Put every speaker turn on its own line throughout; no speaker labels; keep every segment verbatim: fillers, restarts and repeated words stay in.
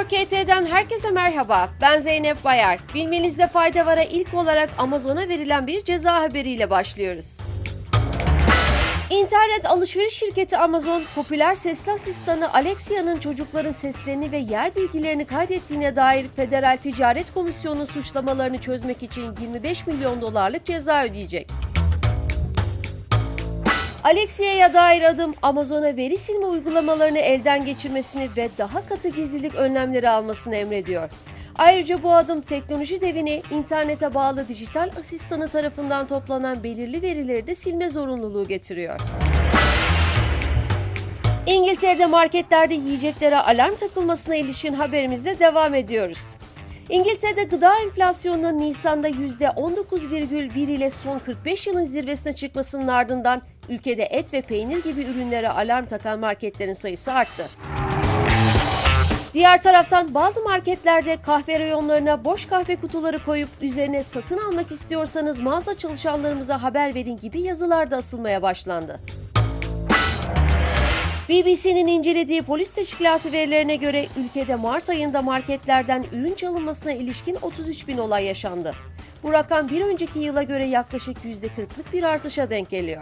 Bloomberg K T'den herkese merhaba. Ben Zeynep Bayar. Bilmenizde fayda var'a ilk olarak Amazon'a verilen bir ceza haberiyle başlıyoruz. İnternet alışveriş şirketi Amazon, popüler sesli asistanı Alexa'nın çocukların seslerini ve yer bilgilerini kaydettiğine dair Federal Ticaret Komisyonu'nun suçlamalarını çözmek için yirmi beş milyon dolarlık ceza ödeyecek. Alexa'ya dair adım, Amazon'a veri silme uygulamalarını elden geçirmesini ve daha katı gizlilik önlemleri almasını emrediyor. Ayrıca bu adım teknoloji devini internete bağlı dijital asistanı tarafından toplanan belirli verileri de silme zorunluluğu getiriyor. İngiltere'de marketlerde yiyeceklere alarm takılmasına ilişkin haberimizle devam ediyoruz. İngiltere'de gıda enflasyonunun Nisan'da yüzde on dokuz virgül bir ile son kırk beş yılın zirvesine çıkmasının ardından ülkede et ve peynir gibi ürünlere alarm takan marketlerin sayısı arttı. Diğer taraftan bazı marketlerde kahve reyonlarına boş kahve kutuları koyup üzerine "satın almak istiyorsanız mağaza çalışanlarımıza haber verin" gibi yazılar da asılmaya başlandı. B B C'nin incelediği polis teşkilatı verilerine göre ülkede Mart ayında marketlerden ürün çalınmasına ilişkin otuz üç bin olay yaşandı. Bu rakam bir önceki yıla göre yaklaşık yüzde kırklık bir artışa denk geliyor.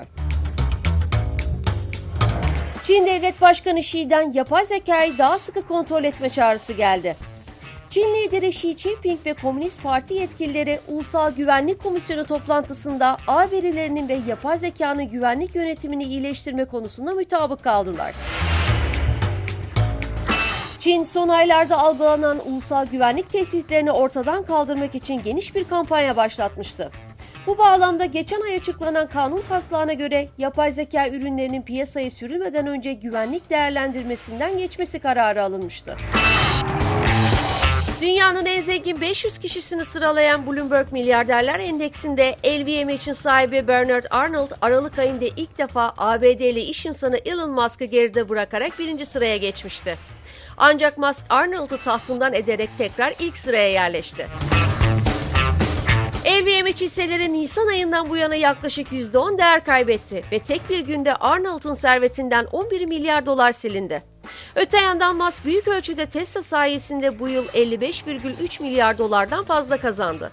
Çin Devlet Başkanı Xi'den yapay zekayı daha sıkı kontrol etme çağrısı geldi. Çin lideri Xi Jinping ve Komünist Parti yetkilileri Ulusal Güvenlik Komisyonu toplantısında ağ verilerinin ve yapay zekanın güvenlik yönetimini iyileştirme konusunda mutabık kaldılar. Çin, son aylarda algılanan ulusal güvenlik tehditlerini ortadan kaldırmak için geniş bir kampanya başlatmıştı. Bu bağlamda geçen ay açıklanan kanun taslağına göre yapay zeka ürünlerinin piyasaya sürülmeden önce güvenlik değerlendirmesinden geçmesi kararı alınmıştı. Dünyanın en zengin beş yüz kişisini sıralayan Bloomberg Milyarderler Endeksinde L V M H'in sahibi Bernard Arnault, Aralık ayında ilk defa A B D'li iş insanı Elon Musk'ı geride bırakarak birinci sıraya geçmişti. Ancak Musk, Arnault'u tahtından ederek tekrar ilk sıraya yerleşti. L V M H hisseleri Nisan ayından bu yana yaklaşık yüzde on değer kaybetti ve tek bir günde Arnault'un servetinden on bir milyar dolar silindi. Öte yandan Musk büyük ölçüde Tesla sayesinde bu yıl elli beş virgül üç milyar dolardan fazla kazandı.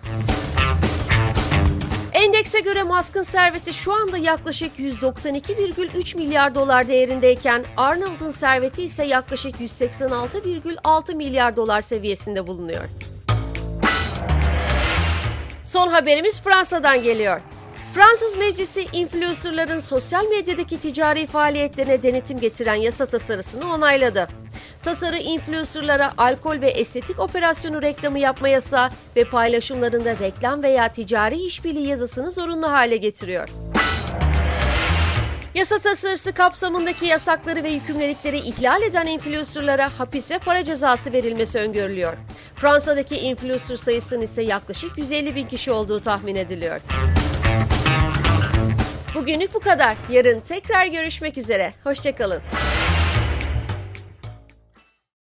Endekse göre Musk'ın serveti şu anda yaklaşık yüz doksan iki virgül üç milyar dolar değerindeyken Arnault'un serveti ise yaklaşık yüz seksen altı virgül altı milyar dolar seviyesinde bulunuyor. Son haberimiz Fransa'dan geliyor. Fransız Meclisi, influencerların sosyal medyadaki ticari faaliyetlerine denetim getiren yasa tasarısını onayladı. Tasarı, influencerlara alkol ve estetik operasyonu reklamı yapma yasağı ve paylaşımlarında reklam veya ticari işbirliği yazısını zorunlu hale getiriyor. Yasa tasarısı kapsamındaki yasakları ve yükümlülükleri ihlal eden influencerlara hapis ve para cezası verilmesi öngörülüyor. Fransa'daki influencer sayısının ise yaklaşık yüz elli bin kişi olduğu tahmin ediliyor. Bugünlük bu kadar. Yarın tekrar görüşmek üzere. Hoşça kalın.